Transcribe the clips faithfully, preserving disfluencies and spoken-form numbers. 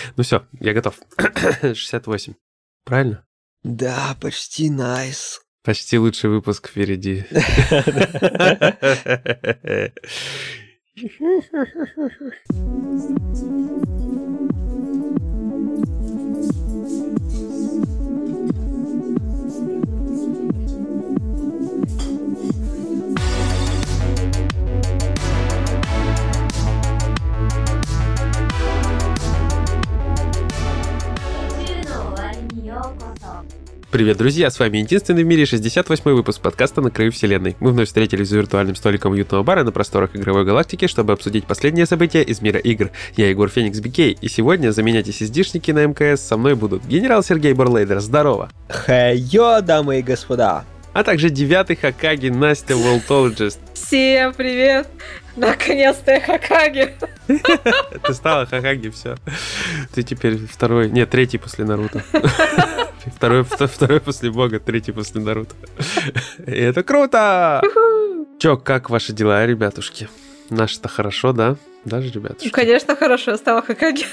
Ну все, я готов. шестьдесят восемь. Правильно? Да, почти найс. Почти лучший выпуск впереди. Привет, друзья! С вами единственный в мире шестьдесят восьмой выпуск подкаста «На краю вселенной». Мы вновь встретились за виртуальным столиком уютного бара на просторах игровой галактики, чтобы обсудить последние события из мира игр. Я Егор Феникс Бикей, и сегодня заменять эс эс ди-шники на эм ка эс со мной будут генерал Сергей Борлейдер, здорово! Хайо, дамы и господа! А также девятый Хокаги Настя Волтологист. Всем привет! Наконец-то я Хокаги! Ты стала Хокаги, все. Ты теперь второй, нет, третий после Наруто. Второй, второй после Бога, третий после Наруто. И это круто! Чё, как ваши дела, ребятушки? Наши-то хорошо, да? Даже ребятушки? Конечно, хорошо, я стала Хокаги.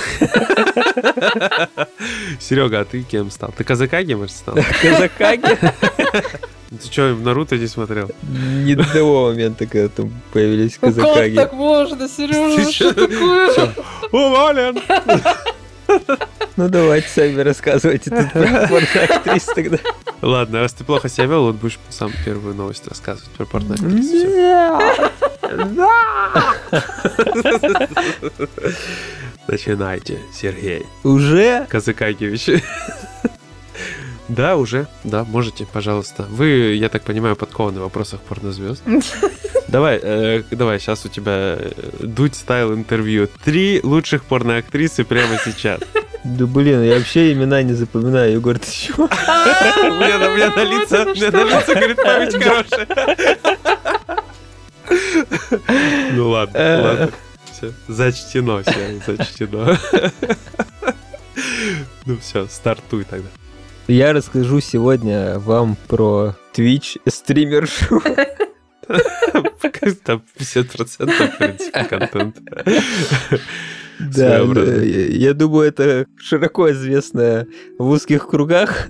Серега, а ты кем стал? Ты Казакаги, может, стал? Казакаги? Ты что, Наруто не смотрел? Не до того момента, когда там появились Ну как Казакаги. так можно, Сережа? Что такое? Уволен! Ну давайте сами рассказывайте тут про порно-актрис тогда. Ладно, раз ты плохо себя вел, вот будешь сам первую новость рассказывать про порно-актрису. Начинайте, Сергей Уже? Казакагевич. Да, уже, да, можете, пожалуйста. Вы, я так понимаю, подкованы в вопросах порнозвезд. Давай, э, давай, сейчас у тебя дудь стайл интервью. Три лучших порноактрисы прямо сейчас. Да блин, я вообще имена не запоминаю, Егор, ты чего? У меня на лице, у меня на лице, говорит, память хорошая. Ну ладно, ладно. Все, зачтено, все, зачтено. Ну все, стартуй тогда. Я расскажу сегодня вам про Twitch стримершу. Там пятьдесят процентов, в принципе, контента. Да, я думаю, это широко известно в узких кругах.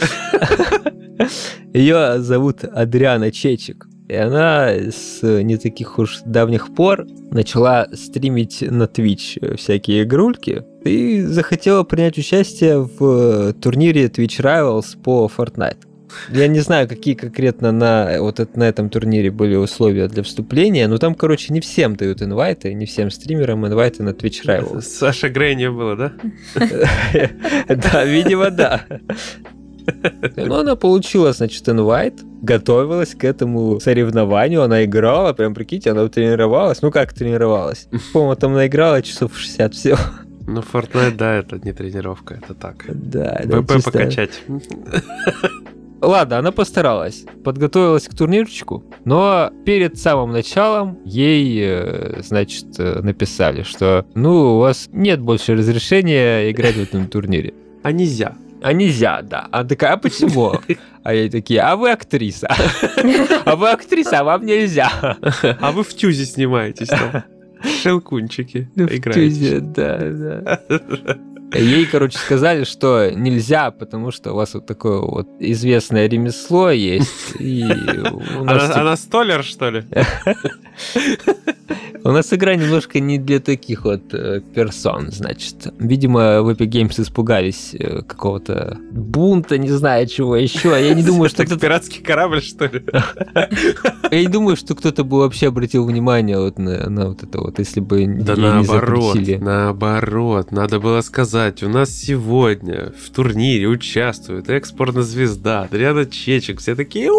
Ее зовут Адриана Чечик. И она с не таких уж давних пор начала стримить на Twitch всякие игрульки и захотела принять участие в турнире Twitch Rivals по Fortnite. Я не знаю, какие конкретно на, вот это, на этом турнире были условия для вступления, но там, короче, не всем дают инвайты, не всем стримерам инвайты на Twitch Rivals. Саша Грей не было, да? Да, видимо, да. Ну, она получила, значит, инвайт, готовилась к этому соревнованию, она играла, прям, прикиньте, она тренировалась. Ну, как тренировалась? По-моему, там наиграла часов шестьдесят всего. Ну, Fortnite, да, это не тренировка, это так. Да, да. ПП покачать. Ладно, она постаралась, подготовилась к турнирчику, но перед самым началом ей, значит, написали, что, ну, у вас нет больше разрешения играть в этом турнире. А нельзя. А нельзя, да. Она такая, а почему? А я такие, а вы актриса. А вы актриса, а вам нельзя. А вы в тюзе снимаетесь там. Шелкунчики играете. В тюзе, да, да. Ей, короче, сказали, что нельзя, потому что у вас вот такое вот известное ремесло есть. И у нас, она, типа... она столер, что ли? У нас игра немножко не для таких вот э, персон, значит. Видимо, в Epic Games испугались э, какого-то бунта, не знаю чего еще. Я не думаю, что кто-то... Пиратский корабль, что ли? Я не думаю, что кто-то бы вообще обратил внимание вот на, на вот это вот, если бы да не наоборот, запретили. наоборот. Надо было сказать, у нас сегодня в турнире участвует экс-порнозвезда Адриана Чечик. Все такие...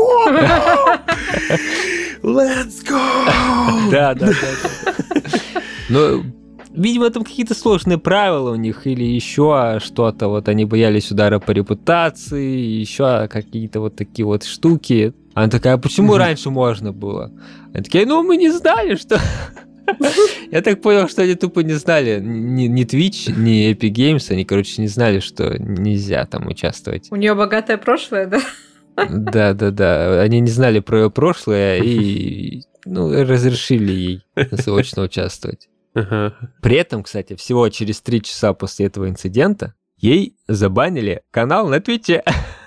Let's go! Да, да, да. Но, видимо, там какие-то сложные правила у них или еще что-то. Вот они боялись удара по репутации, еще какие-то вот такие вот штуки. Она такая, а почему раньше можно было? Они такие, ну, мы не знали, что... Я так понял, что они тупо не знали ни, ни Twitch, ни Epic Games, они, короче, не знали, что нельзя там участвовать. У нее богатое прошлое, да? Да-да-да, они не знали про ее прошлое и ну, разрешили ей заочно участвовать. Ага. При этом, кстати, всего через три часа после этого инцидента ей забанили канал на Твиче.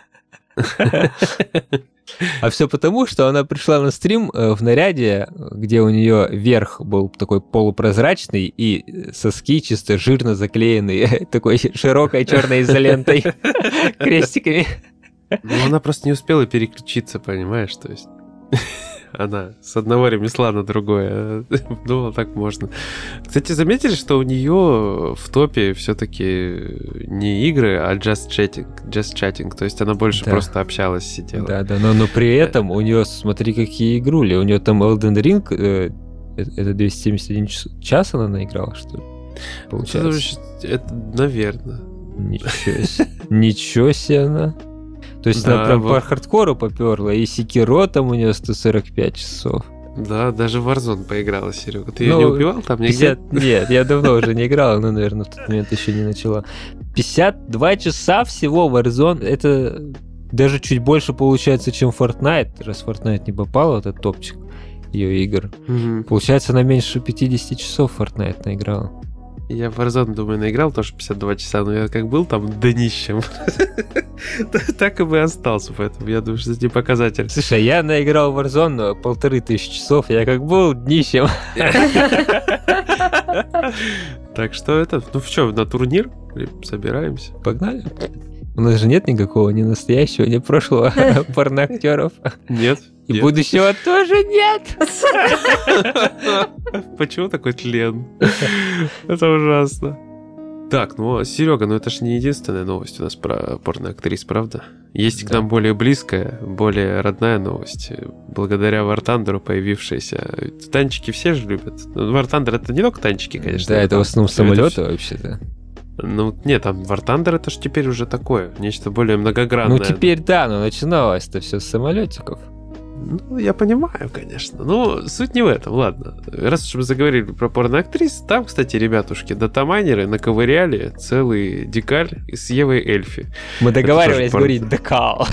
А все потому, что она пришла на стрим в наряде, где у нее верх был такой полупрозрачный и соски чисто жирно заклеенные такой широкой черной изолентой, крестиками. Ну, она просто не успела переключиться, понимаешь, то есть... Она с одного ремесла на другое. Думала, так можно. Кстати, заметили, что у нее в топе все-таки не игры, а just chatting. Just chatting. То есть она больше да. просто общалась, сидела. Да, да, но, но при этом у нее, смотри, какие игрули. У нее там Elden Ring, э, это двести семьдесят один час она наиграла, что ли? Получается. Это, наверное. Ничего себе. Ничего себе она. То есть да, она прям вот. По хардкору поперла, и Секиро там у нее сто сорок пять часов. Да, даже в Warzone поиграла, Серега. Ты ну, ее не убивал там нигде? пятьдесят... Нет, я давно уже не играл, но, наверное, в тот момент еще не начала. пятьдесят два часа всего Warzone, это даже чуть больше получается, чем Fortnite, раз Fortnite не попал в этот топчик ее игр. Угу. Получается, она меньше пятьдесят часов Fortnite наиграла. Я в Warzone, думаю, наиграл тоже пятьдесят два часа, но я как был там днищем, так и бы остался, поэтому я думаю, что это не показатель. Слушай, я наиграл в Warzone полторы тысячи часов, я как был днищем. Так что это, ну что, на турнир собираемся? Погнали. У нас же нет никакого ни настоящего, ни прошлого порноактеров. Нет. И нет. Будущего тоже нет. Почему такой тлен? Это ужасно. Так, ну, Серега, ну это же не единственная новость у нас про порноактрис, правда? Есть да. к нам более близкая, более родная новость. Благодаря War Thunder появившаяся. Танчики все же любят. War Thunder это не только танчики, конечно. Да, это в основном самолеты вообще-то. Ну, нет, там War Thunder это же теперь уже такое, нечто более многогранное. Ну, теперь да, но начиналось-то все с самолетиков. Ну, я понимаю, конечно. Но суть не в этом, ладно. Раз уж мы заговорили про порноактрис, там, кстати, ребятушки, датамайнеры наковыряли целый декаль с Евой Эльфи. Мы договаривались говорить декал.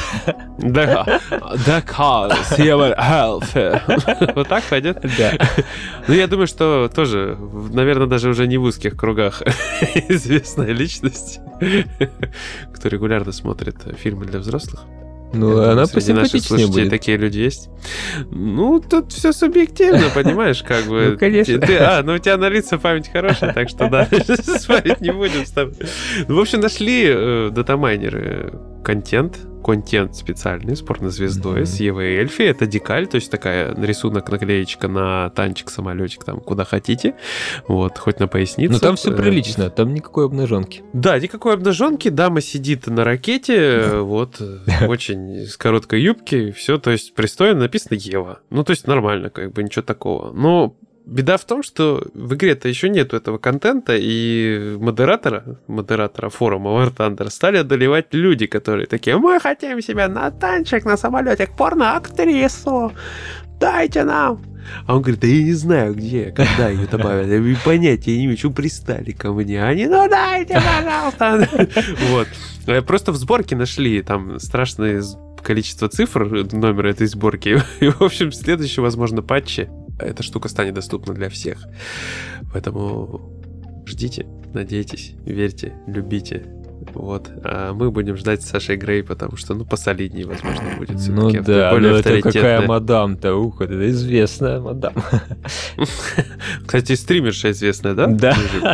Декал с Евой Эльфи. Вот так пойдет? Да. Ну, я думаю, что тоже, наверное, даже уже не в узких кругах известная личность, кто регулярно смотрит фильмы для взрослых. Ну, я она посимпатичнее будет. Такие люди есть. Ну, тут все субъективно, понимаешь, как бы. Ну, конечно. Ты, а, ну у тебя на лица память хорошая, так что да, спорить не будем с тобой. Ну, в общем, нашли э, датамайнеры контент, контент специальный с порнозвездой, mm-hmm. с Евой Эльфи. Это декаль, то есть такая рисунок, наклеечка на танчик, самолетик, там, куда хотите. Вот, хоть на поясницу. Ну, там все прилично, там никакой обнаженки. Да, никакой обнаженки. Дама сидит на ракете, вот, очень с короткой юбки, все, то есть пристойно написано Ева. Ну, то есть нормально, как бы, ничего такого. Но беда в том, что в игре-то еще нету этого контента, и модератора, модератора форума War Thunder стали одолевать люди, которые такие: мы хотим себя на танчик, на самолетик, порно-актрису, дайте нам. А он говорит: да я не знаю, где, когда ее добавят, я понятия не имею, что пристали ко мне. Они: ну дайте, пожалуйста. Вот. Просто в сборке нашли там страшное количество цифр номера этой сборки. И, в общем, в следующем, возможно, патче эта штука станет доступна для всех. Поэтому ждите, надейтесь, верьте, любите. Вот. А мы будем ждать Саши Грей, потому что, ну, посолиднее, возможно, будет. Ну да, более но это какая мадам-то, ух, это известная мадам. Кстати, стримерша известная, да? Да.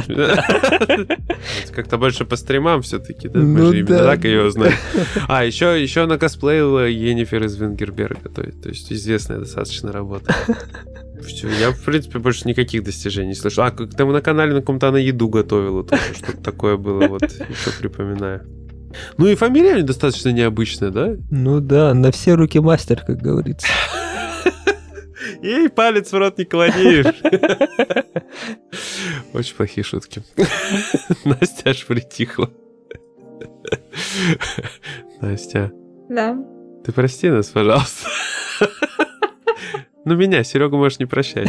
Как-то больше по стримам все-таки, да? Мы же именно так ее узнаем. А, еще, еще она косплеила Йеннифер из Венгерберга, то есть известная достаточно работа. Все, я, в принципе, больше никаких достижений не слышал. А, как там на канале на каком-то она еду готовила, тоже что-то такое было, вот, еще припоминаю. Ну и фамилия у нее достаточно необычная, да? Ну да, на все руки мастер, как говорится. Ей палец в рот не кладишь. Очень плохие шутки. Настя аж притихла. Настя. Да. Ты прости нас, пожалуйста. Ну, меня, Серегу, можешь не прощать.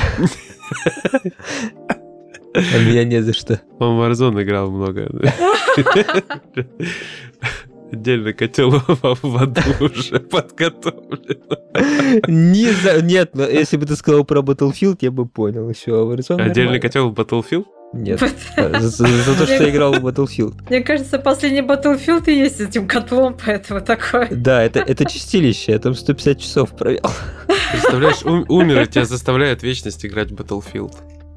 А меня не за что. Он в Warzone играл много. Отдельный котел в аду уже подготовлен. Не за- Нет, но если бы ты сказал про Battlefield, я бы понял еще. А Warzone Отдельный нормально. котел в Battlefield? Нет, за, за- за то, что я играл в Battlefield. Мне кажется, последний Battlefield и есть с этим котлом, поэтому такое. Да, это, это чистилище, я там сто пятьдесят часов провел. Представляешь, ум- умер, и тебя заставляют вечность играть в Battlefield.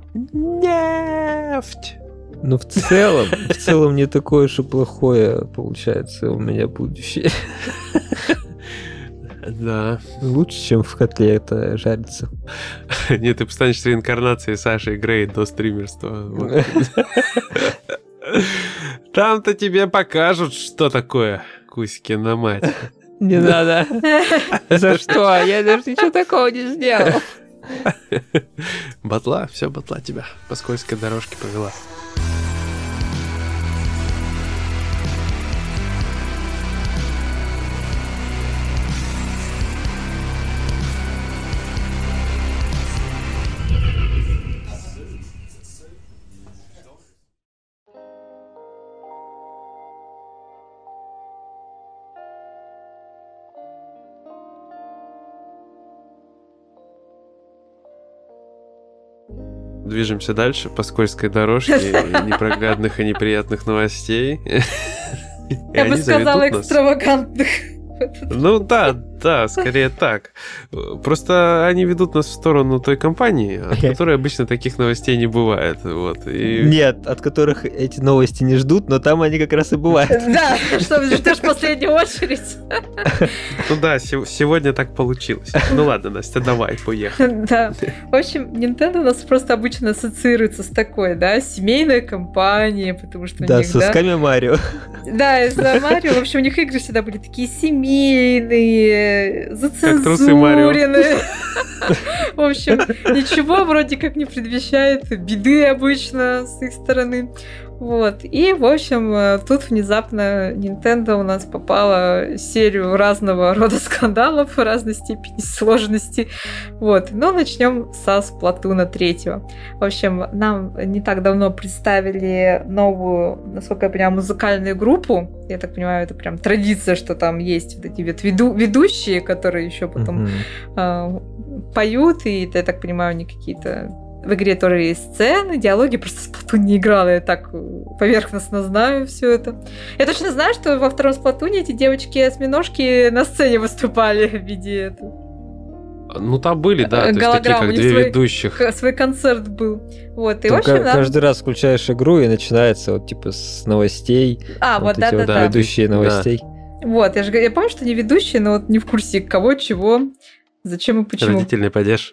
Нефть! Но в целом, в целом не такое уж и плохое получается у меня будущее. Да. Лучше, чем в котле это жарится. Нет, ты станешь реинкарнацией Саши Грей до стримерства. Вот. Там-то тебе покажут, что такое Кузькина мать. Не надо. За что? Я даже ничего такого не сделал. Батла, все, батла тебя по скользкой дорожке повела. Движемся дальше по скользкой дорожке непроглядных и неприятных новостей. Я бы сказала, экстравагантных. Ну да, да, скорее так. Просто они ведут нас в сторону той компании, от которой обычно таких новостей не бывает. Вот. И... Нет, от которых эти новости не ждут, но там они как раз и бывают. Да, что ждешь в последнюю очередь. Ну да, сегодня так получилось. Ну ладно, Настя, давай, поехали. Да. В общем, Nintendo у нас просто обычно ассоциируется с такой, да, семейной компанией, потому что у Да, них, с да... сосками Марио. Да, из-за Марио. В общем, у них игры всегда были такие семейные, Как трусы Марио. зацензуренные. В общем, ничего вроде как не предвещает беды обычно с их стороны. Вот. И, в общем, тут внезапно Nintendo у нас попала в серию разного рода скандалов, разной степени сложности. Вот. Но начнем со Splatoon три. В общем, нам не так давно представили новую, насколько я понимаю, музыкальную группу. Я так понимаю, это прям традиция, что там есть вот эти вот веду- ведущие, которые еще потом э, поют, и, я так понимаю, они какие-то... В игре тоже есть сцены, диалоги, просто Splatoon не играла, я так поверхностно знаю все это. Я точно знаю, что во втором Splatoon эти девочки-осьминожки на сцене выступали в виде этого. Ну, там были, да, то есть такие, как две свой, ведущих. Свой концерт был. Вот, и Там в общем, да. Каждый раз включаешь игру, и начинается вот типа с новостей. А, вот, вот эти да-да-да. вот ведущие новостей. Вот, я же я помню, что не ведущие, но вот не в курсе кого, чего, зачем и почему. Родительный падеж.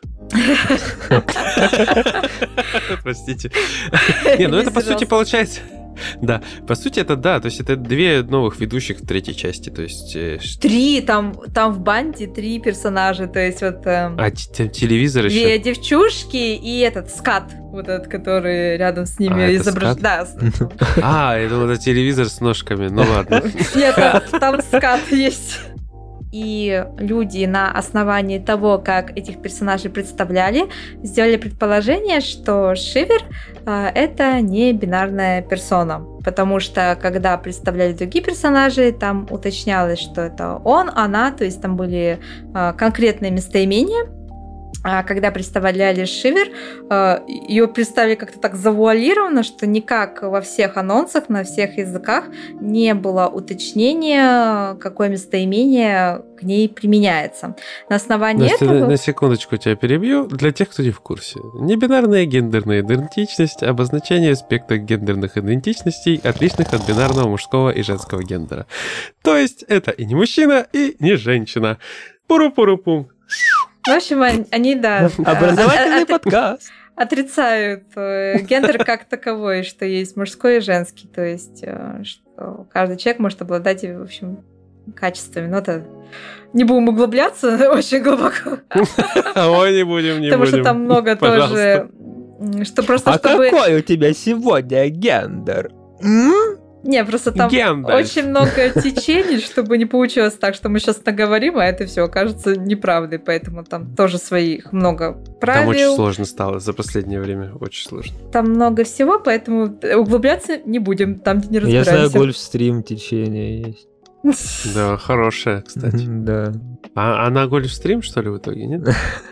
Простите. Не, ну это по сути получается... Да, по сути это да, то есть это две новых ведущих в третьей части, то есть... Три, там, там в банде три персонажа, то есть вот... Эм, а т- телевизор еще? Две девчушки и этот скат, вот этот, который рядом с ними а, изображен. Да. А, это вот телевизор с ножками, ну ладно. Нет, там скат есть. И люди на основании того, как этих персонажей представляли, сделали предположение, что Шивер э, это не бинарная персона. Потому что, когда представляли другие персонажи, там уточнялось, что это он, она, то есть там были э, конкретные местоимения. А когда представляли Шивер, ее представили как-то так завуалированно, что никак во всех анонсах, на всех языках не было уточнения, какое местоимение к ней применяется. На основании Настя, этого... на секундочку тебя перебью. Для тех, кто не в курсе. Небинарная гендерная идентичность – обозначение спектра гендерных идентичностей, отличных от бинарного мужского и женского гендера. То есть это и не мужчина, и не женщина. Пуру-пуру-пум. В общем, они, да... Образовательный от, подкаст. Отрицают э, гендер как таковой, что есть мужской и женский, то есть э, что каждый человек может обладать, в общем, качествами. Но это... Не будем углубляться очень глубоко. Ой, не будем, не будем. Потому что там много тоже... Что просто, а чтобы... какой у тебя сегодня гендер? М? Не, просто там Гендальф. очень много течений, чтобы не получилось так, что мы сейчас наговорим, а это все окажется неправдой, поэтому там тоже своих много правил. Там очень сложно стало за последнее время, очень сложно. Там много всего, поэтому углубляться не будем, там где не Я разбираемся. знаю, Гольфстрим течение есть. Да, хорошая, кстати. Да. А она голь в стрим, что ли, в итоге, нет?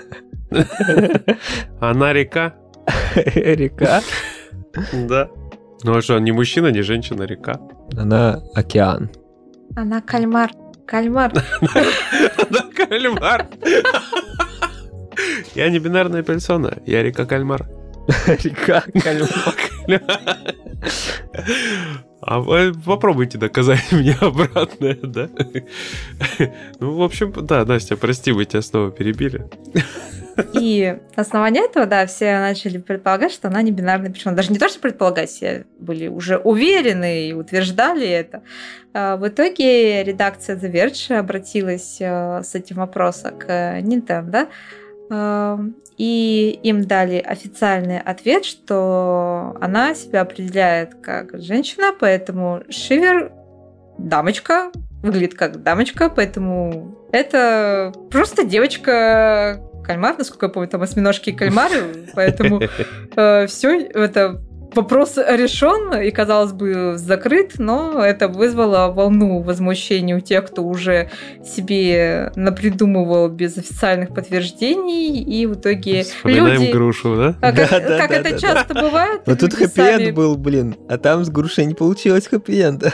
Она река? Река? Да. Ну а что, не мужчина, не женщина, река. Она океан. Она кальмар. Кальмар. Она кальмар. Я не бинарная персона, я река кальмар. Река кальмар. А вы попробуйте доказать мне обратное, да? Ну, в общем, да, Настя, прости, мы тебя снова перебили. И на основании этого, да, все начали предполагать, что она не бинарная персона. Даже не то, что предполагать, все были уже уверены и утверждали это. В итоге редакция The Verge обратилась с этим вопросом к Nintendo, и им дали официальный ответ, что она себя определяет как женщина, поэтому Шивер дамочка, выглядит как дамочка, поэтому это просто девочка кальмар, насколько я помню, там осьминожки и кальмары, поэтому э, все это вопрос решен и, казалось бы, закрыт, но это вызвало волну возмущения у тех, кто уже себе напридумывал без официальных подтверждений, и в итоге вспоминаем люди... грушу, да? А как, Да, да, как да, это да, часто да. бывает. Вот тут люди хэппи-энд сами- был, блин, а там с грушей не получилось хэппи-энда.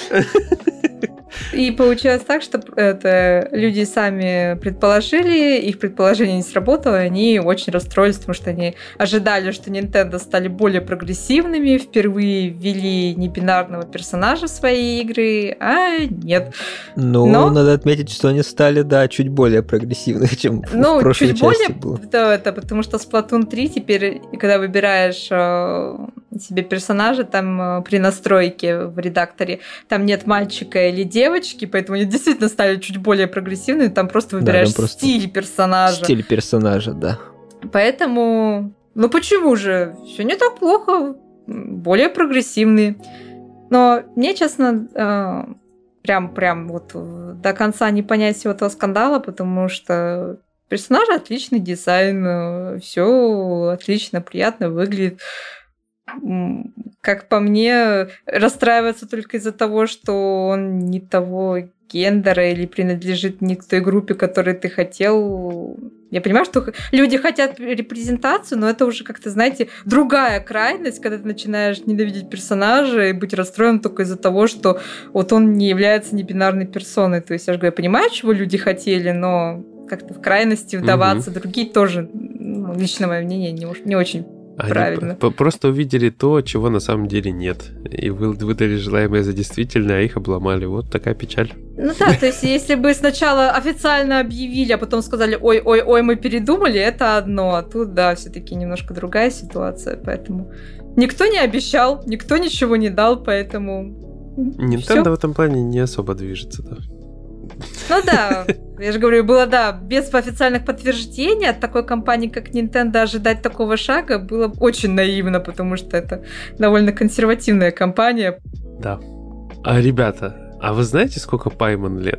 И получилось так, что это люди сами предположили, их предположение не сработало, и они очень расстроились, потому что они ожидали, что Nintendo стали более прогрессивными, впервые ввели небинарного персонажа в свои игры, а нет. Ну, Но- надо отметить, что они стали, да, чуть более прогрессивны, чем Ну, в прошлой чуть части более, было. да, это потому что Splatoon три теперь, когда выбираешь э, себе персонажа, там э, при настройке в редакторе, там нет мальчика или девочки, поэтому они действительно стали чуть более прогрессивными, там просто выбираешь там просто стиль персонажа. Стиль персонажа, да. Поэтому, ну почему же? Все не так плохо, более прогрессивные. Но мне, честно, э, прям, прям вот до конца не понять всего этого скандала, потому что персонажа отличный дизайн, все отлично, приятно выглядит. М, Как по мне, расстраиваться только из-за того, что он не того гендера или принадлежит не к той группе, которой ты хотел. Я понимаю, что х- люди хотят репрезентацию, но это уже как-то, знаете, другая крайность, когда ты начинаешь ненавидеть персонажа и быть расстроен только из-за того, что вот он не является небинарной персоной. То есть, я же говорю, я понимаю, чего люди хотели, но как-то в крайности вдаваться, другие тоже, ну, лично мое мнение, не, уж- не очень Они правильно. п- просто увидели то, чего на самом деле нет. И вы- выдали желаемое за действительное, а их обломали. Вот такая печаль. Ну да, то есть если бы сначала официально объявили, а потом сказали, ой-ой-ой, мы передумали, это одно. А тут, да, все-таки немножко другая ситуация, поэтому никто не обещал, никто ничего не дал, поэтому... Nintendo всё. в этом плане не особо движется, да. Ну да, я же говорю, было, да, без официальных подтверждений от такой компании, как Nintendo, ожидать такого шага было очень наивно, потому что это довольно консервативная компания. Да. А, ребята, а вы знаете, сколько Пайман лет?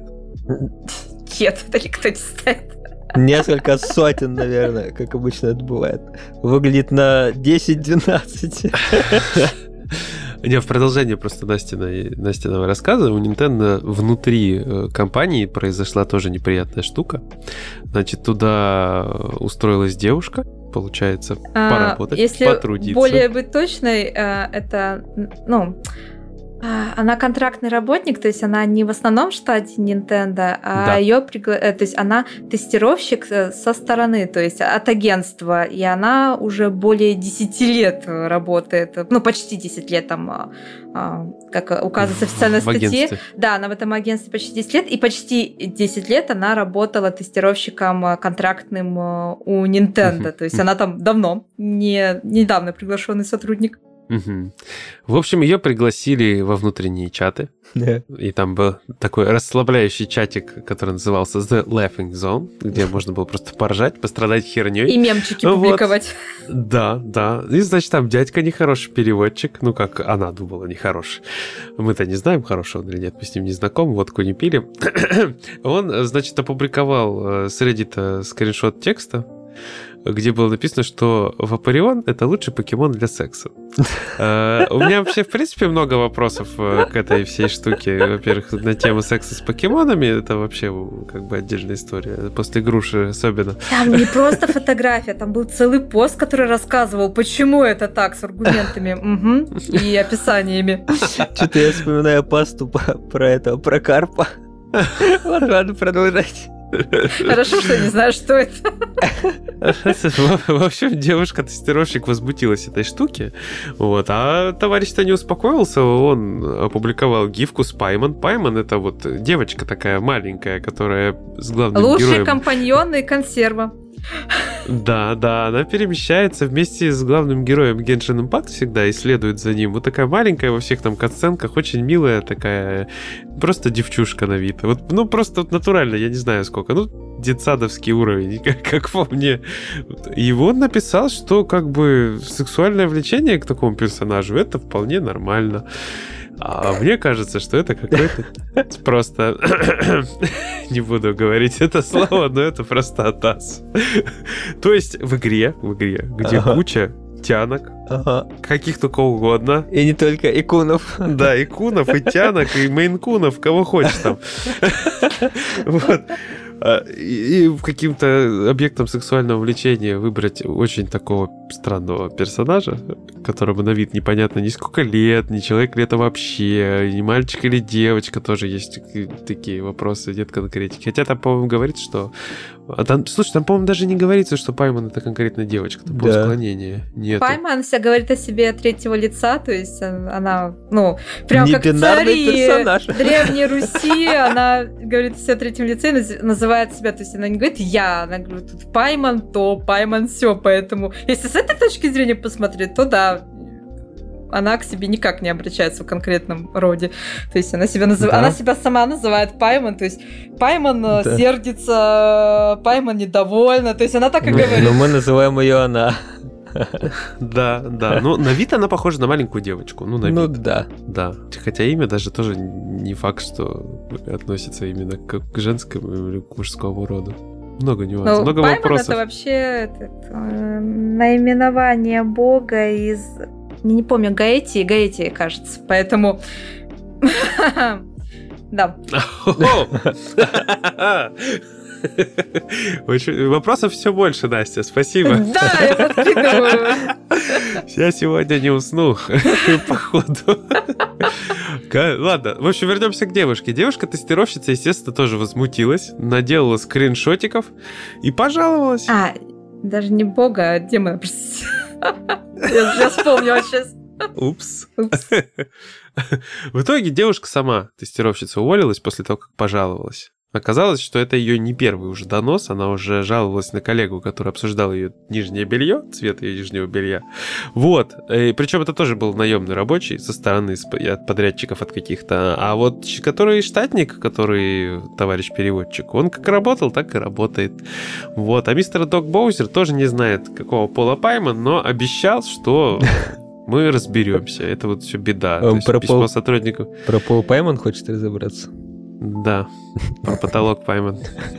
Нет, это никто не знает. Несколько сотен, наверное, как обычно это бывает. Выглядит на десять-двенадцать. Не, в продолжение просто Настиной, Настиного рассказа, у Nintendo внутри э, компании произошла тоже неприятная штука. Значит, туда устроилась девушка, получается, А, поработать, Если потрудиться. более быть точной, а, это, ну, а, она контрактный работник, то есть она не в основном штате Nintendo, а Да. ее пригла... э, то есть она тестировщик э, со стороны, то есть от агентства, и она уже более десять лет работает, ну, почти десять лет там, а, а, как указывается в официальной В статье. агентстве. Да, она в этом агентстве почти десять лет, и почти десять лет она работала тестировщиком э, контрактным э, у Nintendo. Мгм. То есть она там давно, не недавно приглашенный сотрудник. Мгм. В общем, ее пригласили во внутренние чаты. И там был такой расслабляющий чатик, который назывался The Laughing Zone, где можно было просто поржать, пострадать херней. И мемчики Вот. публиковать. Да, да. И, значит, там дядька нехороший переводчик. Ну, как она думала, нехороший. Мы-то не знаем, хороший он или нет, мы с ним не знакомы, водку не пили. Он, значит, опубликовал э, с Reddit скриншот текста, где было написано, что Vaporeon — это лучший покемон для секса. У меня вообще, в принципе, много вопросов к этой всей штуке. Во-первых, на тему секса с покемонами, это вообще как бы отдельная история. После груши особенно. Там не просто фотография, там был целый пост, который рассказывал, почему это так, с аргументами угу, и описаниями. Что-то я вспоминаю пасту про этого, про карпа. Ладно, ладно, продолжайте. Хорошо, что не знаю, что это. В общем, девушка-тестировщик возмутилась этой штуке, вот, а товарищ-то не успокоился, он опубликовал гифку с Паймон. Паймон — это вот девочка такая маленькая, которая с главным Лучшие героем... компаньоны и консерва. Да, да, она перемещается вместе с главным героем Genshin Impact всегда и следует за ним. Вот такая маленькая во всех там катсценках, очень милая такая, просто девчушка на вид. Вот, ну, просто вот натурально, я не знаю сколько, ну, детсадовский уровень, как, как по мне. И он написал, что как бы сексуальное влечение к такому персонажу — это вполне нормально. А мне кажется, что это какой-то просто... Не буду говорить это слово, но это просто атас. То есть в игре, в игре, где ага. куча тянок, ага. каких только угодно. И не только икунов. Да, икунов, и тянок, и мейнкунов, кого хочешь там. Вот. И, и каким-то объектом сексуального влечения выбрать очень такого странного персонажа, которому на вид непонятно ни сколько лет, ни человек ли это вообще, ни мальчик или девочка, тоже есть такие вопросы, нет конкретики. Хотя там, по-моему, говорится, что... А там, слушай, там, по-моему, даже не говорится, что Паймон — это конкретно девочка, там да. склонение. Нет. Паймон вся говорит о себе от третьего лица, то есть она, ну, прям как цари персонаж. Древней Руси, она говорит все от третьем лице, называет себя, то есть она не говорит «я», она говорит «тут Паймон то, Паймон все», поэтому если с этой точки зрения посмотреть, то да, она к себе никак не обращается в конкретном роде. То есть она себя, назыв... да. она себя сама называет Паймон, то есть Паймон да. сердится, Паймон недовольна, то есть она так и говорит. Но мы называем ее она. Да, да. Ну, на вид она похожа на маленькую девочку. Ну, на вид. Ну, да. Да. Хотя имя даже тоже не факт, что относится именно к женскому или к мужскому роду. Много нюансов, ну, много Паймон вопросов. Это вообще этот, э, наименование бога из... Не, не помню, Гаэти, Гаэти, кажется. Поэтому... Да. Вопросов все больше, Настя, спасибо. Да, я подкидываю. Я сегодня не усну, походу. Ладно, в общем, вернемся к девушке. Девушка-тестировщица, естественно, тоже возмутилась, наделала скриншотиков и пожаловалась. А, даже не бога, а демона. Я, я вспомнила сейчас. Упс. Упс. В итоге девушка сама, тестировщица, уволилась после того, как пожаловалась. Оказалось, что это ее не первый уже донос, она уже жаловалась на коллегу, который обсуждал ее нижнее белье, цвет ее нижнего белья. Вот, и причем это тоже был наемный рабочий со стороны от подрядчиков от каких-то, а вот который штатник, который товарищ-переводчик, он как работал, так и работает. Вот, а мистер Док Боузер тоже не знает, какого пола Паймон, но обещал, что... Мы разберемся. Это вот все беда. Он про письмо пол... сотрудников. Про Пол Паймон хочет разобраться? Да, про потолок Паймон.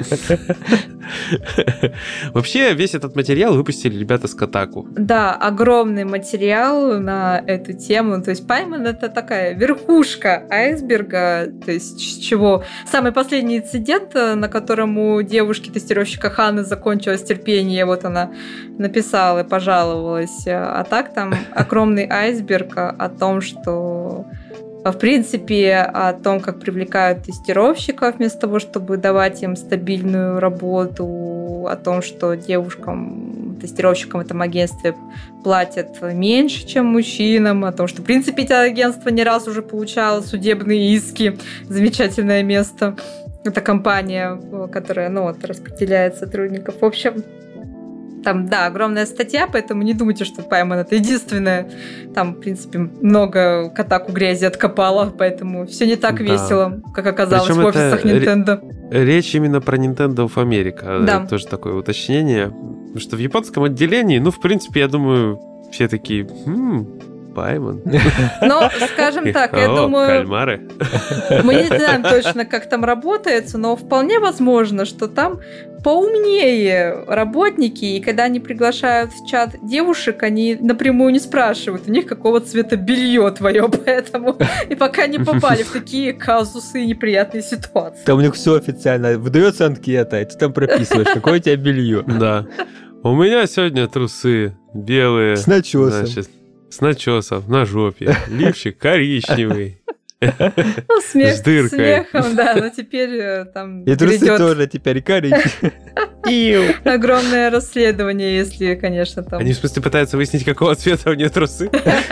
Вообще, весь этот материал выпустили ребята с Kotaku. Да, огромный материал на эту тему. То есть Паймон — это такая верхушка айсберга. То есть с чего... Самый последний инцидент, на котором у девушки-тестировщика Ханы закончилось терпение, вот она написала и пожаловалась. А так там огромный айсберг о том, что... В принципе, о том, как привлекают тестировщиков вместо того, чтобы давать им стабильную работу, о том, что девушкам, тестировщикам в этом агентстве платят меньше, чем мужчинам, о том, что, в принципе, это агентство не раз уже получало судебные иски. Замечательное место. Это компания, которая, ну, вот, распределяет сотрудников. В общем... Там, да, огромная статья, поэтому не думайте, что Паймон — это единственное. Там, в принципе, много Kotaku грязи откопало, поэтому все не так да. весело, как оказалось Причем в офисах Nintendo. Речь именно про Nintendo of America. Да. Это тоже такое уточнение. Потому что в японском отделении, ну, в принципе, я думаю, все такие... Хм, Пайман. Но, скажем так, я О, думаю... кальмары. Мы не знаем точно, как там работает, но вполне возможно, что там поумнее работники, и когда они приглашают в чат девушек, они напрямую не спрашивают у них, какого цвета белье твое, поэтому и пока не попали в такие казусы и неприятные ситуации. Там у них все официально. Выдается анкета, и ты там прописываешь, какое у тебя белье. Да. У меня сегодня трусы белые. С начесом. Значит, с начесом, на жопе. Лифчик коричневый. Ну, смех С дыркой. смехом, да, но теперь э, там И трусы грядет тоже теперь коричневые. огромное расследование, если, конечно, там... Они, в смысле, пытаются выяснить, какого цвета у нее трусы?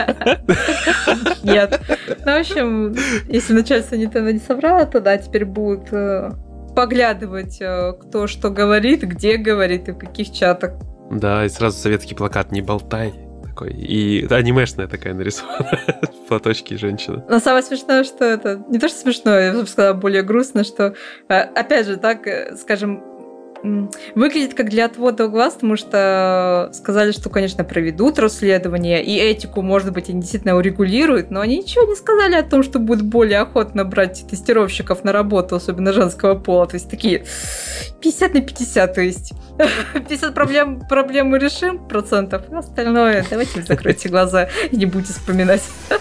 Нет. Ну, в общем, если начальство Nintendo не соврало, то да, теперь будут э, поглядывать, э, кто что говорит, где говорит и в каких чатах. Да, и сразу советский плакат «Не болтай». Такой. И анимешная такая нарисована. Платочки женщина. Но самое смешное, что это... Не то, что смешное, я бы сказала, более грустно, что, э, опять же, так, э, скажем, м, выглядит как для отвода глаз, потому что сказали, что, конечно, проведут расследование, и этику, может быть, они действительно урегулируют, но они ничего не сказали о том, что будут более охотно брать тестировщиков на работу, особенно женского пола. То есть такие пятьдесят на пятьдесят, то есть пятьдесят проблем, проблем мы решим, процентов, а остальное давайте закройте глаза и не будете вспоминать.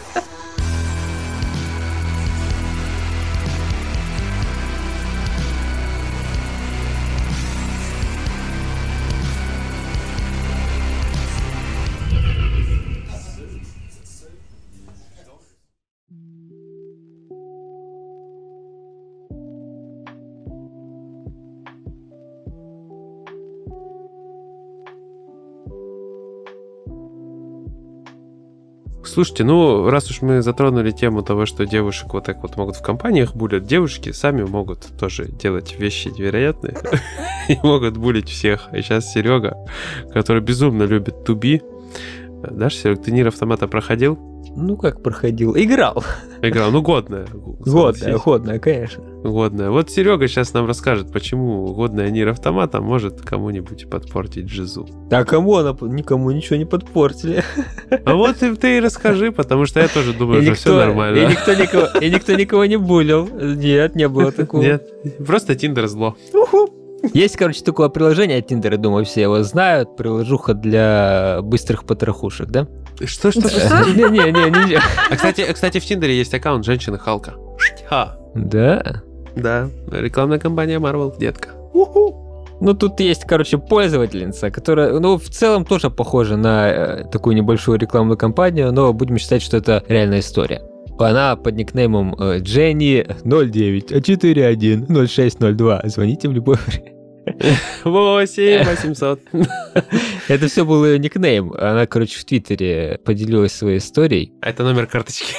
Слушайте, ну, раз уж мы затронули тему того, что девушек вот так вот могут в компаниях булить, девушки сами могут тоже делать вещи невероятные и могут булить всех. И сейчас Серега, который безумно любит туби. Даш, Серег, ты Нир Автомата проходил? Ну, как проходил? Играл. Играл, ну, годная. Годная, годная, конечно. Годная. Вот Серега сейчас нам расскажет, почему годная Нир Автомата может кому-нибудь подпортить жизу. Да кому она? Никому ничего не подпортили. А вот ты, ты и расскажи, потому что я тоже думаю, и что никто, все нормально. И никто, никого, и никто никого не булил. Нет, не было такого. Нет, просто Тиндер зло. Есть, короче, такое приложение от Тиндера, думаю, все его знают. Приложуха для быстрых потрохушек, да? Что, что, что? Не-не-не. А кстати, кстати, в Тиндере есть аккаунт женщины Халка. Ха. Да? Да. Рекламная кампания Marvel, детка. Ну, тут есть, короче, пользовательница, которая, ну, в целом тоже похожа на э, такую небольшую рекламную кампанию, но будем считать, что это реальная история. Она под никнеймом э, Дженни ноль девять четыре один ноль шесть ноль два. Звоните в любое время. восемь восемьсот. Это все был ее никнейм. Она, короче, в Твиттере поделилась своей историей. А это номер карточки.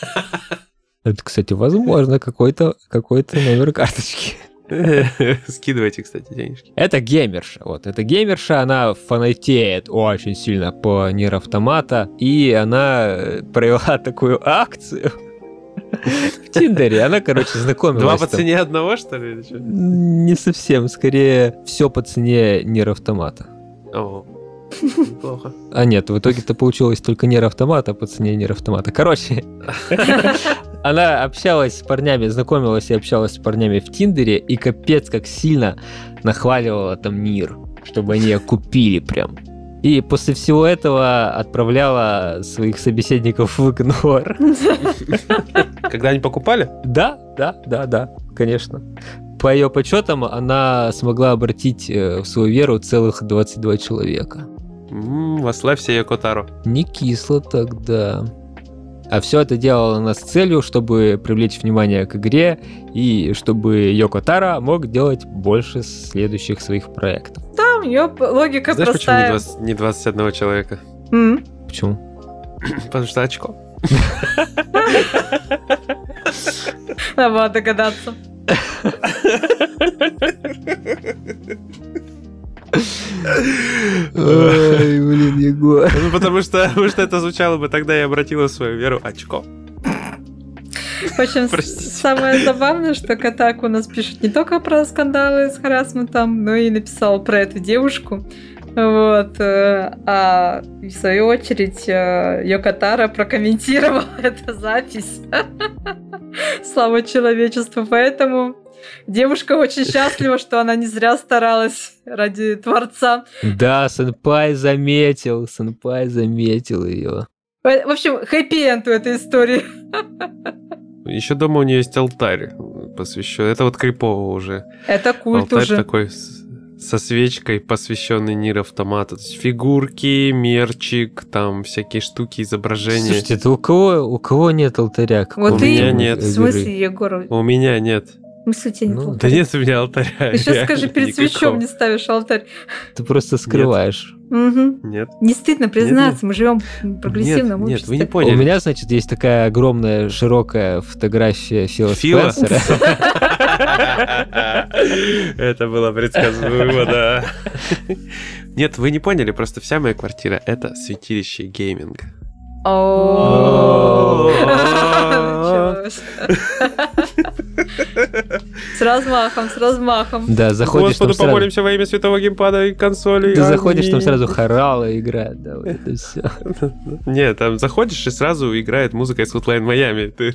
Это, кстати, возможно, какой-то, какой-то номер карточки. Скидывайте, кстати, денежки. Это геймерша. Вот, это геймерша, она фанатеет очень сильно по Нир Автомата, и она провела такую акцию в Тиндере. Она, короче, знакомилась. Два по там... цене одного, что ли? Или что? Не совсем, скорее все по цене Нир Автомата. О, плохо. А нет, в итоге-то получилось только Нир Автомата по цене Нир Автомата. Короче, она общалась с парнями, знакомилась и общалась с парнями в Тиндере, и капец как сильно нахваливала там Нир, чтобы они ее купили прям. И после всего этого отправляла своих собеседников в игнор. Когда они покупали? Да, да, да, да, конечно. По ее подсчетам, она смогла обратить в свою веру целых двадцать два человека. М-м, восславься, Йоко Таро. Не кисло тогда. А все это делала она с целью, чтобы привлечь внимание к игре и чтобы Йоко Таро мог делать больше следующих своих проектов. Там ее логика Знаешь, простая. почему не двадцать, не двадцать один человека? М. Почему? Потому что очко. Надо догадаться. Ой, блин, Егор. Ну, потому что, потому что это звучало бы, тогда я обратила свою веру очко. В общем, Простите. самое забавное, что Катак у нас пишет не только про скандалы с харассментом, но и написал про эту девушку. Вот. А в свою очередь Йоко Таро прокомментировала эту запись. Слава человечеству. Поэтому девушка очень счастлива, что она не зря старалась ради Творца. Да, сэнпай заметил, сэнпай заметил ее. В общем, хэппи-энд у этой истории. Еще дома у нее есть алтарь посвященный. Это вот крипово уже. Это культ алтарь уже. Такой со свечкой, посвященный Нир Автомату. То есть фигурки, мерчик, там всякие штуки, изображения. Слушайте, это у кого, у кого нет алтаря? Вот у меня нет. В смысле, Егор? У меня нет. В смысле, у тебя нет Ну, алтаря? Да нет у меня алтаря. Ты сейчас скажи, перед свечом не ставишь алтарь. Ты просто скрываешь. Угу. Нет. Не стыдно признаться, мы живем в прогрессивном Нет, нет, обществе. вы не поняли. У меня, значит, есть такая огромная, широкая фотография Фила Фила? Спенсера. Это было предсказуемо, да. Нет, вы не поняли, просто вся моя квартира — это святилище гейминга. Началось. С размахом, с размахом. Да, заходишь там Господу сразу... помолимся во имя святого геймпада и консолей. Ты заходишь, там Аминь. сразу хоралы играют, да, вот это все. Нет, там заходишь и сразу играет музыка из Hotline Miami. Ты-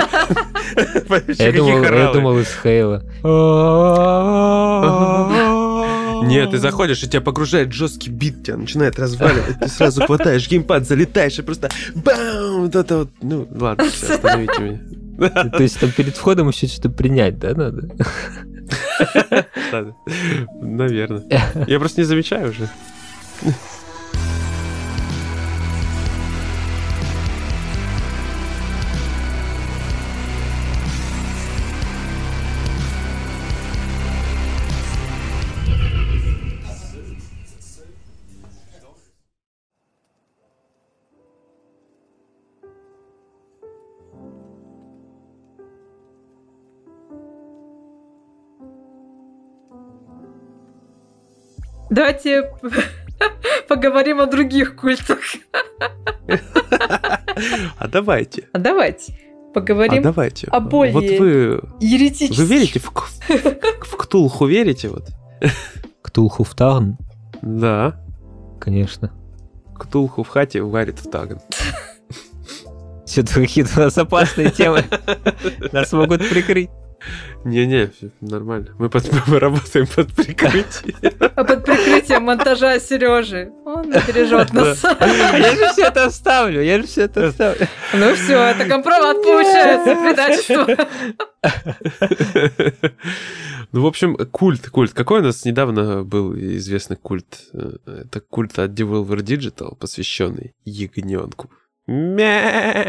Я Какие думал, я хоралы? думал из Хейла. Нет, ты заходишь, и тебя погружает жесткий бит, тебя начинает разваливать, ты сразу хватаешь геймпад, залетаешь и просто бам! Вот это вот, ну ладно, все, остановите меня. То есть там перед входом еще что-то принять, да, надо? Ладно. Наверное. Я просто не замечаю уже. Давайте поговорим о других культах. А давайте. А давайте А поговорим давайте. о более Вот вы... еретических. Вы верите в, к- в Ктулху, верите? Вот? Ктулху в Тагн? Да. Конечно. Ктулху в хате варит в таган. Что-то какие-то у нас опасные темы. Нас могут прикрыть. Не-не, всё нормально. Мы, под- мы работаем под прикрытием. А под прикрытием монтажа Сережи. Он бережет нас. Я же все это оставлю, я же все это оставлю. Ну все, это компромат получается, предательство. Ну, в общем, культ, культ. Какой у нас недавно был известный культ? Это культ от Devolver Digital, посвященный ягненку. Мя.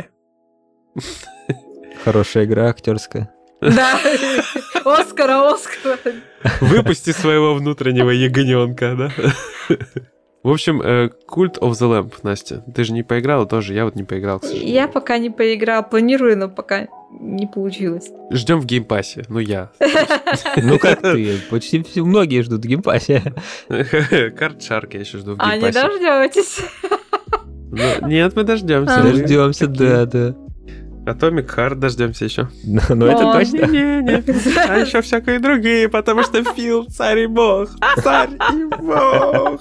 Хорошая игра актерская. Да, Оскара, Оскара. Выпусти своего внутреннего ягненка, да? В общем, э, Cult of the Lamp, Настя. Ты же не поиграла тоже, я вот не поиграл, к сожалению. Я пока не поиграла, планирую, но пока не получилось. Ждем в геймпассе, ну я. Ну как ты? Почти все, многие ждут в геймпассе. Карт Shark я еще жду в А, не геймпассе. дождетесь. Ну, нет, мы дождемся. А. Мы Дождемся, такие. да, да. Atomic Heart дождемся еще. Ну ну, это О, точно. Не-не-не. А еще всякие другие, потому что Фил царь и бог. Царь и бог.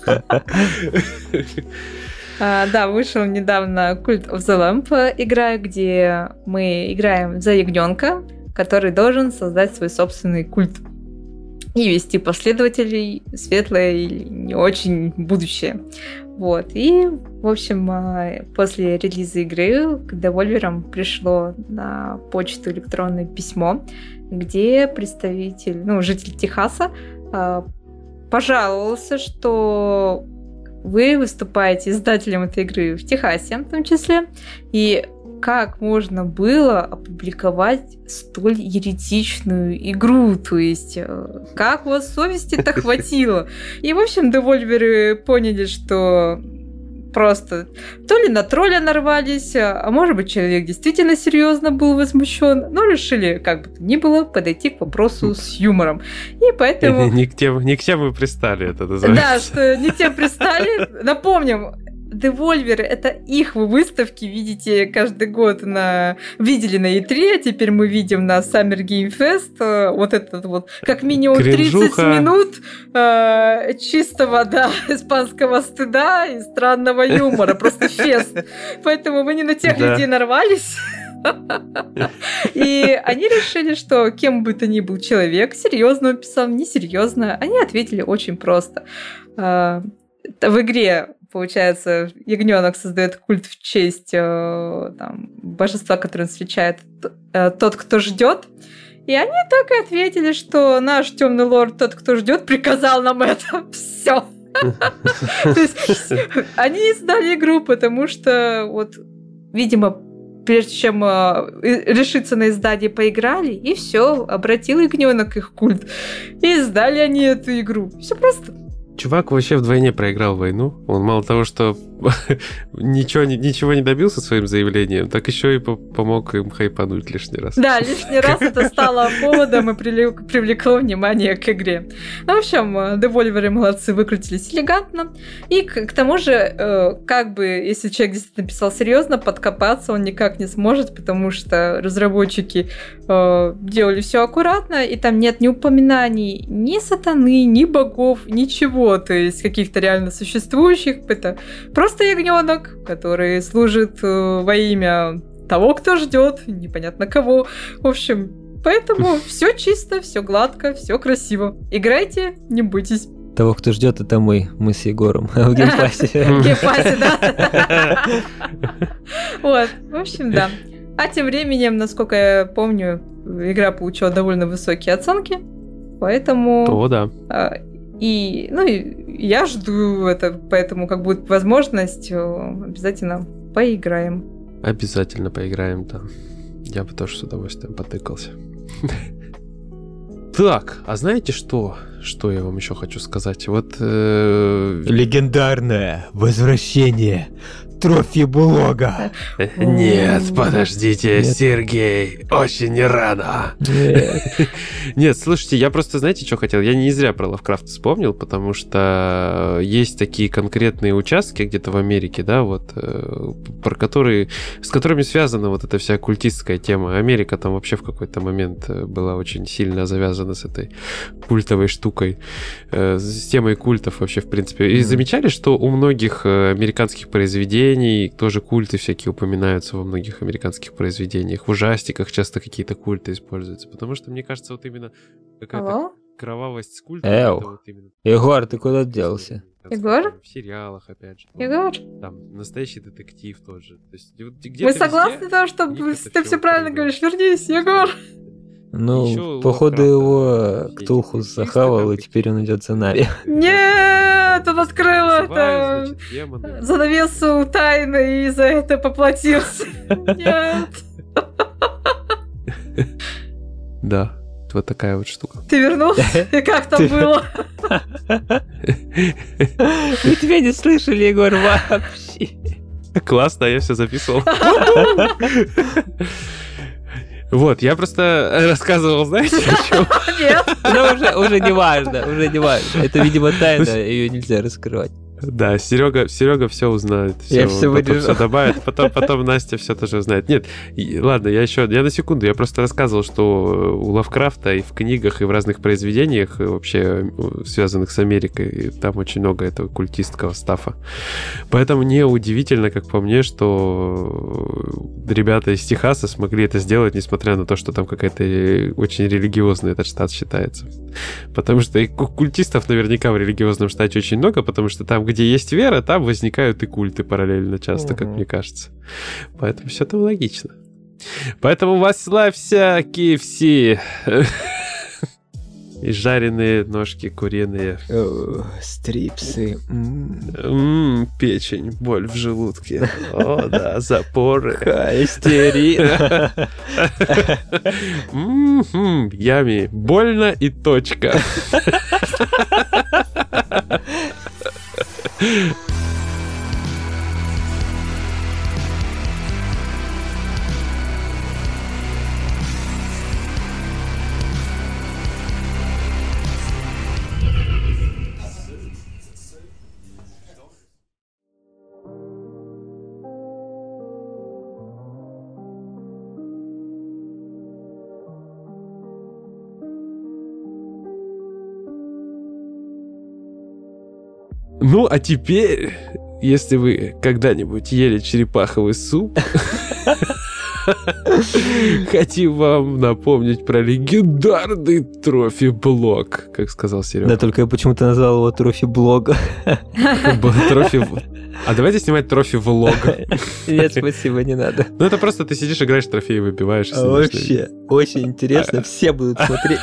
А, да, вышел недавно Cult of the Lamp игра, где мы играем за ягненка, который должен создать свой собственный культ и вести последователей в светлое или не очень будущее. Вот. И, в общем, а, после релиза игры к девольверам пришло на почту электронное письмо, где представитель, ну, житель Техаса а, пожаловался, что вы выступаете издателем этой игры в Техасе, в том числе, и как можно было опубликовать столь еретичную игру, то есть э, как у вас совести-то хватило? И, в общем, девольверы поняли, что просто то ли на тролля нарвались, а может быть, человек действительно серьезно был возмущен, но решили, как бы то ни было, подойти к вопросу с юмором. И поэтому... Не к тем, не к тем вы пристали, это называется. Да, что не тем пристали. Напомним, Devolver — это их вы выставки видите каждый год на... Видели на и три, а теперь мы видим на Summer Game Fest. Вот этот вот, как минимум тридцать минут э, чистого, да, испанского стыда и странного юмора. Просто фест. Поэтому мы не на тех Да. людей нарвались. И они решили, что кем бы то ни был человек, серьезно он писал, несерьезно, они ответили очень просто. Э, В игре, получается, ягненок создает культ в честь э, там, божества, которое он встречает, э, тот, кто ждет. И они так и ответили, что наш темный лорд, тот, кто ждет, приказал нам это. Все. То есть они издали игру, потому что вот, видимо, прежде чем решиться на издание, поиграли, и все, обратил ягненок их культ. И издали они эту игру. Все просто. Чувак вообще вдвойне проиграл войну. Он мало того, что ничего, не- ничего не добился своим заявлением, так еще и по- помог им хайпануть лишний раз. Да, лишний раз это стало поводом и привлек- привлекло внимание к игре. Ну, в общем, Devolver молодцы, выкрутились элегантно. И к, к тому же, э, как бы, если человек действительно писал серьезно, подкопаться он никак не сможет, потому что разработчики э, делали все аккуратно, и там нет ни упоминаний ни сатаны, ни богов, ничего, то есть каких-то реально существующих. Это просто ягненок, который служит э, во имя того, кто ждет, непонятно кого. В общем, поэтому все чисто, все гладко, все красиво. Играйте, не бойтесь. Того, кто ждет, это мы. Мы с Егором в геймпассе. В геймпассе, да. Вот, в общем, да. А тем временем, насколько я помню, игра получила довольно высокие оценки, поэтому... О, да. а, И, ну, и я жду это, поэтому, как будет возможность, э, обязательно поиграем. Обязательно поиграем там. Я бы тоже с удовольствием потыкался. Так, а знаете что? Что я вам еще хочу сказать? Вот... э, Легендарное возвращение Трофи Блога. э, Нет, подождите, Нет. Сергей, очень не рано. Нет. Нет, слушайте, я просто, знаете, что хотел? Я не зря про Лавкрафт вспомнил, потому что есть такие конкретные участки где-то в Америке, да, вот, э, про которые, с которыми связана вот эта вся культистская тема. Америка там вообще в какой-то момент э, была очень сильно завязана с этой культовой штукой, э, с темой культов вообще, в принципе. И Мгм. замечали, что у многих э, американских произведений тоже культы всякие упоминаются во многих американских произведениях. В ужастиках часто какие-то культы используются, потому что, мне кажется, вот именно какая-то Алло? кровавость с культом. Эу. это вот именно- Егор, ты куда делся? Егор? В сериалах, опять же. Егор, Там настоящий детектив тот же. То есть, вот где-то мы везде согласны, да, что у них это ты всё все правильно проигрывает. говоришь. Вернись, Егор. Ну, Ещё у походу Лавкрафта его все эти Ктулху культисты захавал, там и теперь он идет за нами. Нет, он открыл Называют, это значит, демоны. занавесу тайны и за это поплатился. Нет. Да, вот такая вот штука. Ты вернулся? И как там Ты- было? Мы тебя не слышали, Егор, вообще. Классно, я все записывал. Вот, я просто рассказывал, знаете, о чем? Нет. Ну, уже, уже не важно, уже не важно. Это, видимо, тайна, ее нельзя раскрывать. Да, Серега, Серега все узнает. Всё, Я всё он потом вырежу. всё добавит, потом, потом Настя все тоже узнает. Нет, и- ладно, я еще, я на секунду, я просто рассказывал, что у Лавкрафта и в книгах, и в разных произведениях, и вообще э, связанных с Америкой, там очень много этого культистского стафа. Поэтому не удивительно, как по мне, что ребята из Техаса смогли это сделать, несмотря на то, что там какая-то э, очень религиозный этот штат считается. Потому что и ку- культистов наверняка в религиозном штате очень много, потому что там, где есть вера, там возникают и культы параллельно часто, как Мгм. мне кажется. Поэтому все это логично. Поэтому восславься, кей эф си. И жареные ножки куриные. О, стрипсы. м. М, печень, боль в желудке. О, да, запоры. Холестерин. М-м, Ями, больно и точка. Ну, а теперь, если вы когда-нибудь ели черепаховый суп, хотим вам напомнить про легендарный трофи-блог, как сказал Серега. Да, только я почему-то назвал его трофи-блога. Трофи... А давайте снимать трофи-влога. Нет, спасибо, не надо. Ну, это просто ты сидишь, играешь в трофеи, выбиваешь. А вообще, очень интересно, все будут смотреть.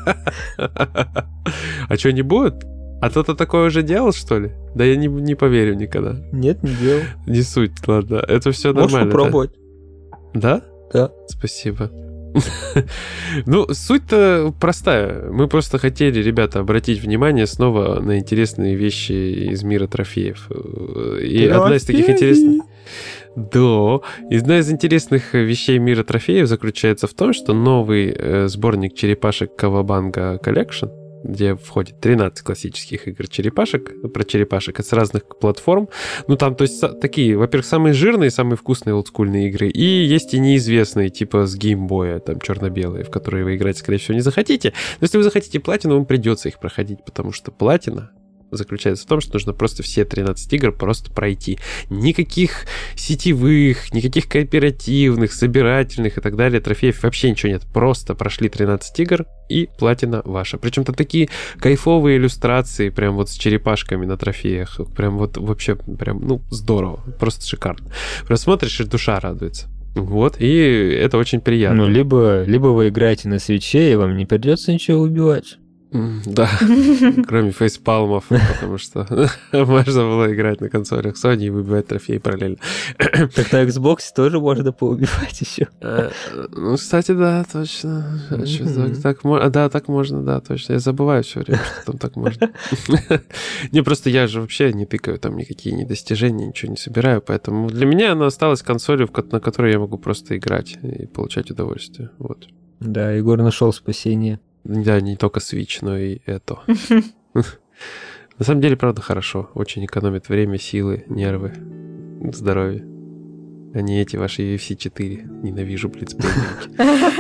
А что, не будут? А кто-то такое уже делал, что ли? Да я не, не поверю никогда. Нет, не делал. Не суть, ладно. Это все нормально. Можешь попробовать. Да? Да. Спасибо. Ну, суть-то простая. Мы просто хотели, ребята, обратить внимание снова на интересные вещи из мира трофеев. И одна из таких интересных... Да. И одна из интересных вещей мира трофеев заключается в том, что новый э, сборник черепашек Кавабанга Collection, где входит тринадцать классических игр черепашек, про черепашек, с разных платформ. Ну, там, то есть, такие, во-первых, самые жирные, самые вкусные олдскульные игры, и есть и неизвестные, типа с геймбоя, там, черно-белые, в которые вы играть, скорее всего, не захотите. Но если вы захотите платину, вам придется их проходить, потому что платина заключается в том, что нужно просто все тринадцать игр просто пройти. Никаких сетевых, никаких кооперативных, собирательных и так далее трофеев, вообще ничего нет. Просто прошли тринадцать игр, и платина ваша. Причем там такие кайфовые иллюстрации, прям вот с черепашками на трофеях. Прям вот вообще, прям, ну, здорово. Просто шикарно. Просмотришь, и душа радуется. Вот, и это очень приятно. Ну, либо, либо вы играете на свитче, и вам не придется ничего убивать. Да, кроме фейспалмов, потому что можно было играть на консолях Sony и выбивать трофеи параллельно. Так на Xbox тоже можно поубивать еще. Ну, кстати, да, точно. Да, так можно, да, точно. Я забываю все время, что там так можно. Не, просто я же вообще не тыкаю там никакие ни достижения, ничего не собираю, поэтому для меня она осталась консолью, на которой я могу просто играть и получать удовольствие. Вот. Да, Егор нашел спасение. Да, не только Switch, но и это. На самом деле, правда, хорошо. Очень экономит время, силы, нервы, здоровье. А не эти ваши ю эф си четыре. Ненавижу блицбейдинги.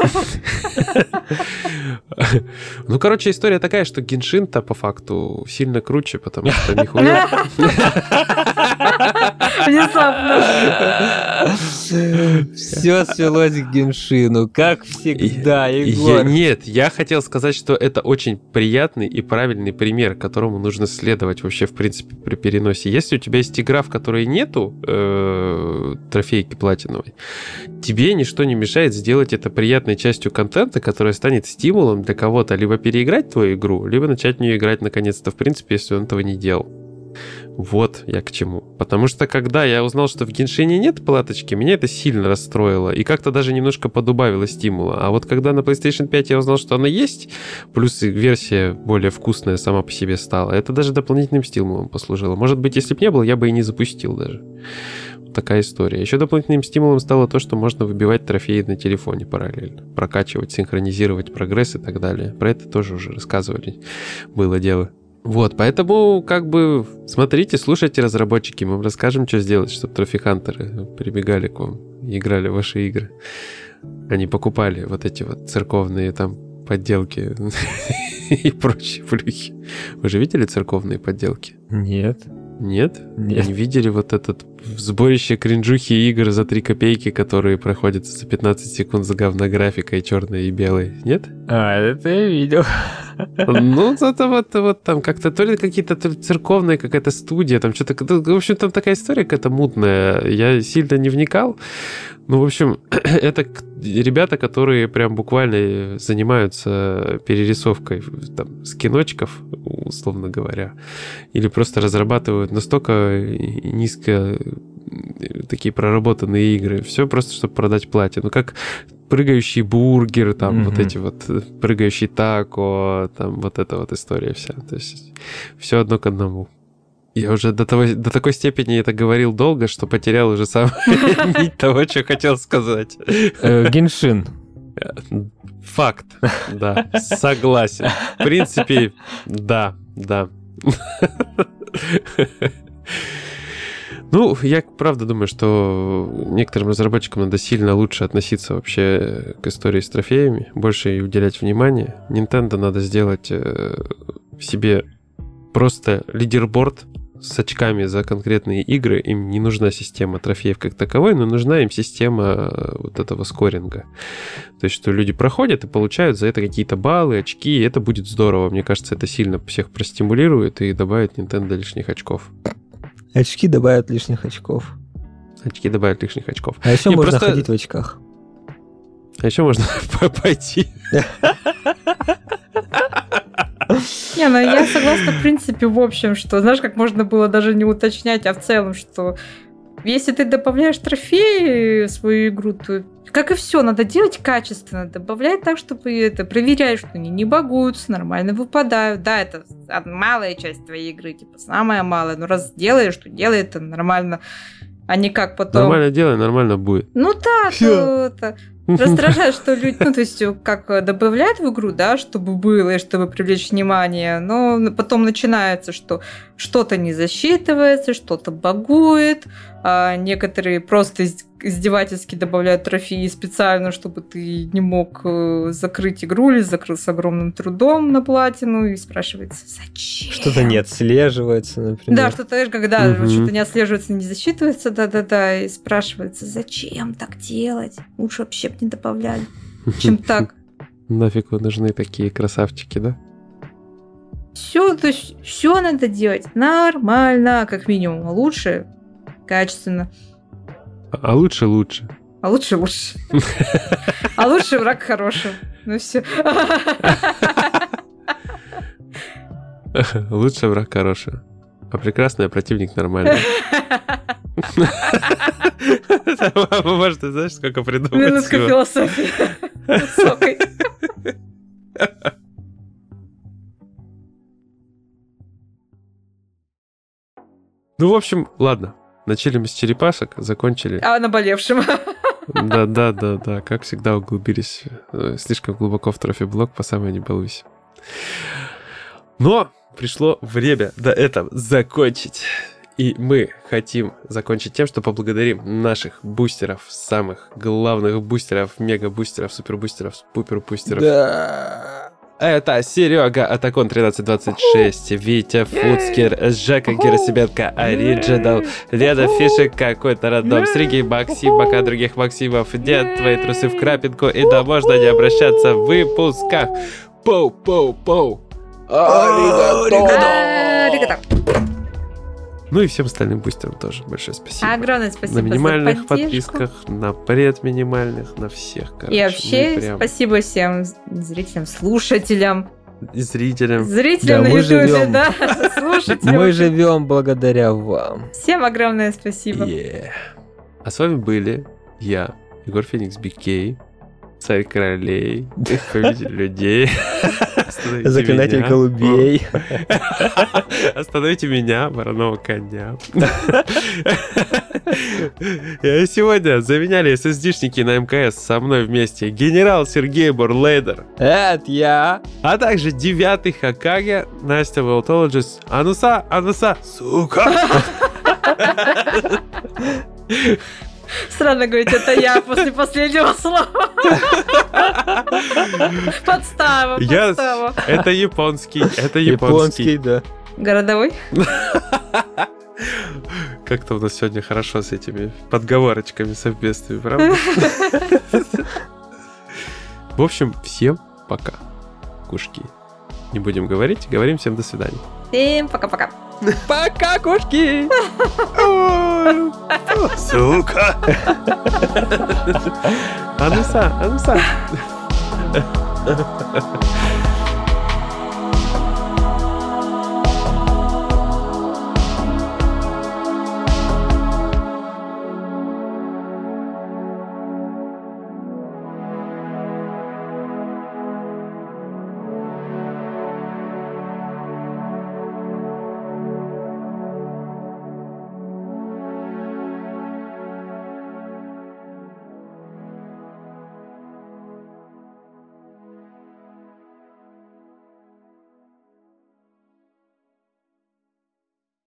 Ну, короче, история такая, что Геншин-то по факту сильно круче, потому что нихуя... Внезапно. Все свелось к Геншину, как всегда, Егор. Нет, я хотел сказать, что это очень приятный и правильный пример, которому нужно следовать вообще, в принципе, при переносе. Если у тебя есть игра, в которой нету трофейки платиновой, тебе ничто не мешает сделать это приятной частью контента, которая станет стимулом для кого-то либо переиграть твою игру, либо начать в нее играть наконец-то, в принципе, если он этого не делал. Вот я к чему. Потому что когда я узнал, что в Геншине нет платочки, меня это сильно расстроило и как-то даже немножко подубавило стимула. А вот когда на PlayStation пять я узнал, что она есть, плюс и версия более вкусная сама по себе стала, это даже дополнительным стимулом послужило. Может быть, если бы не было, я бы и не запустил даже. Вот такая история. Еще дополнительным стимулом стало то, что можно выбивать трофеи на телефоне параллельно. Прокачивать, синхронизировать прогресс и так далее. Про это тоже уже рассказывали. Было дело. Вот, поэтому, как бы, смотрите, слушайте, разработчики, мы вам расскажем, что сделать, чтобы трофи-хантеры прибегали к вам и играли в ваши игры. Они покупали вот эти вот церковные там подделки и прочие плюхи. Вы же видели церковные подделки? Нет. Нет? Нет. Не видели вот этот сборище кринжухи игр за три копейки, которые проходят за пятнадцать секунд с говнографикой черной и белой? Нет? А, это я видел. Ну, это вот, вот там как-то то ли какие-то то ли церковная какая-то студия, там что-то... В общем, там такая история какая-то мутная. Я сильно не вникал. Ну, в общем, это ребята, которые прям буквально занимаются перерисовкой там, скиночков, условно говоря, или просто разрабатывают настолько низко такие проработанные игры. Все просто, чтобы продать платину. Как прыгающий бургер, там mm-hmm. вот эти вот прыгающий тако, там вот эта вот история вся. То есть все одно к одному. Я уже до, того, до такой степени это говорил долго, что потерял уже сам нить того, что хотел сказать. Геншин. Факт, да, согласен. В принципе, да, да. Ну, я правда думаю, что некоторым разработчикам надо сильно лучше относиться вообще к истории с трофеями, больше ей уделять внимание. Nintendo надо сделать себе просто лидерборд с очками за конкретные игры, им не нужна система трофеев как таковой, но нужна им система вот этого скоринга. То есть, что люди проходят и получают за это какие-то баллы, очки, и это будет здорово. Мне кажется, это сильно всех простимулирует и добавит Nintendo лишних очков. Очки добавят лишних очков. Очки добавят лишних очков. А еще Не, можно просто... ходить в очках. А еще можно пойти. Не, ну я согласна, в принципе, в общем, что, знаешь, как можно было даже не уточнять, а в целом, что если ты добавляешь трофеи в свою игру, то, как и все, надо делать качественно, добавлять так, чтобы это, проверяешь, что они не багуются, нормально выпадают. Да, это малая часть твоей игры, типа, самая малая, но раз делаешь, то делай это нормально, а не как потом... Нормально делай, нормально будет. Ну да, то это... Раздражает, что люди, ну, то есть, как добавляют в игру, да, чтобы было, и чтобы привлечь внимание, но потом начинается, что что-то не засчитывается, что-то багует, а некоторые просто издевательски добавляют трофеи специально, чтобы ты не мог закрыть игру или закрыл с огромным трудом на платину, и спрашивается, зачем? Что-то не отслеживается, например. Да, что-то, когда Угу. что-то не отслеживается, не засчитывается, да-да-да, и спрашивается, зачем так делать? Лучше вообще бы не добавляли, чем так. Нафиг вы нужны такие красавчики, да? Все, то есть все надо делать нормально, как минимум, а лучше качественно, А лучше лучше. а лучше лучше. А лучше враг хорошего. Ну все. Лучше враг хороший. А прекрасный противник нормальный. Может, ты знаешь, сколько придумать Минутка всего? философии. Высокой. Ну, в общем, ладно. Начали мы с черепашек, закончили. А наболевшим. Да, да, да, да. Как всегда, углубились э, слишком глубоко в трофи-блок, по самой не балуйся. Но пришло время до этого закончить. И мы хотим закончить тем, что поблагодарим наших бустеров, самых главных бустеров, мега-бустеров, супер-бустеров, пупер-бустеров. Да. Это Серега, Атакон тринадцать двадцать шесть, Витя Фуцкер, Жека Герасименко, Ориджинал, Лена Фишек, какой-то рандом, Сергей Максим, пока других Максимов, Дед, твои трусы в крапинку, и да можно не обращаться в выпусках. Поу-поу-поу. Аригато. Ну и всем остальным бустерам тоже большое спасибо. Огромное спасибо На минимальных за поддержку. подписках, на предминимальных, на всех, короче. И вообще, Мы прям- спасибо всем зрителям, слушателям. И зрителям. Зрителям Да, на мы Ютубе, живем. да, слушателям. Мы живем благодаря вам. Всем огромное спасибо. Yeah. А с вами были я, Егор Феникс Бикей, царь королей, повелитель людей. Остановите Заклинатель меня. голубей. Остановите меня, вороного коня. И сегодня заменяли эс эс ди-шники на эм ка эс со мной вместе генерал Сергей Бурлейдер, Это я. а также девятый Хокаге Настя Волтологис. Ануса, Ануса, сука! Странно говорить, это я после последнего слова. Подстава, Я- подстава. Это японский, это Японский, японский. да. Городовой? Как-то у нас сегодня хорошо с этими подговорочками совместными, правда? В общем, всем пока, кушки. Не будем говорить, говорим всем до свидания. Всем пока-пока. Пока, кошки! Сука! Ануса, Ануса!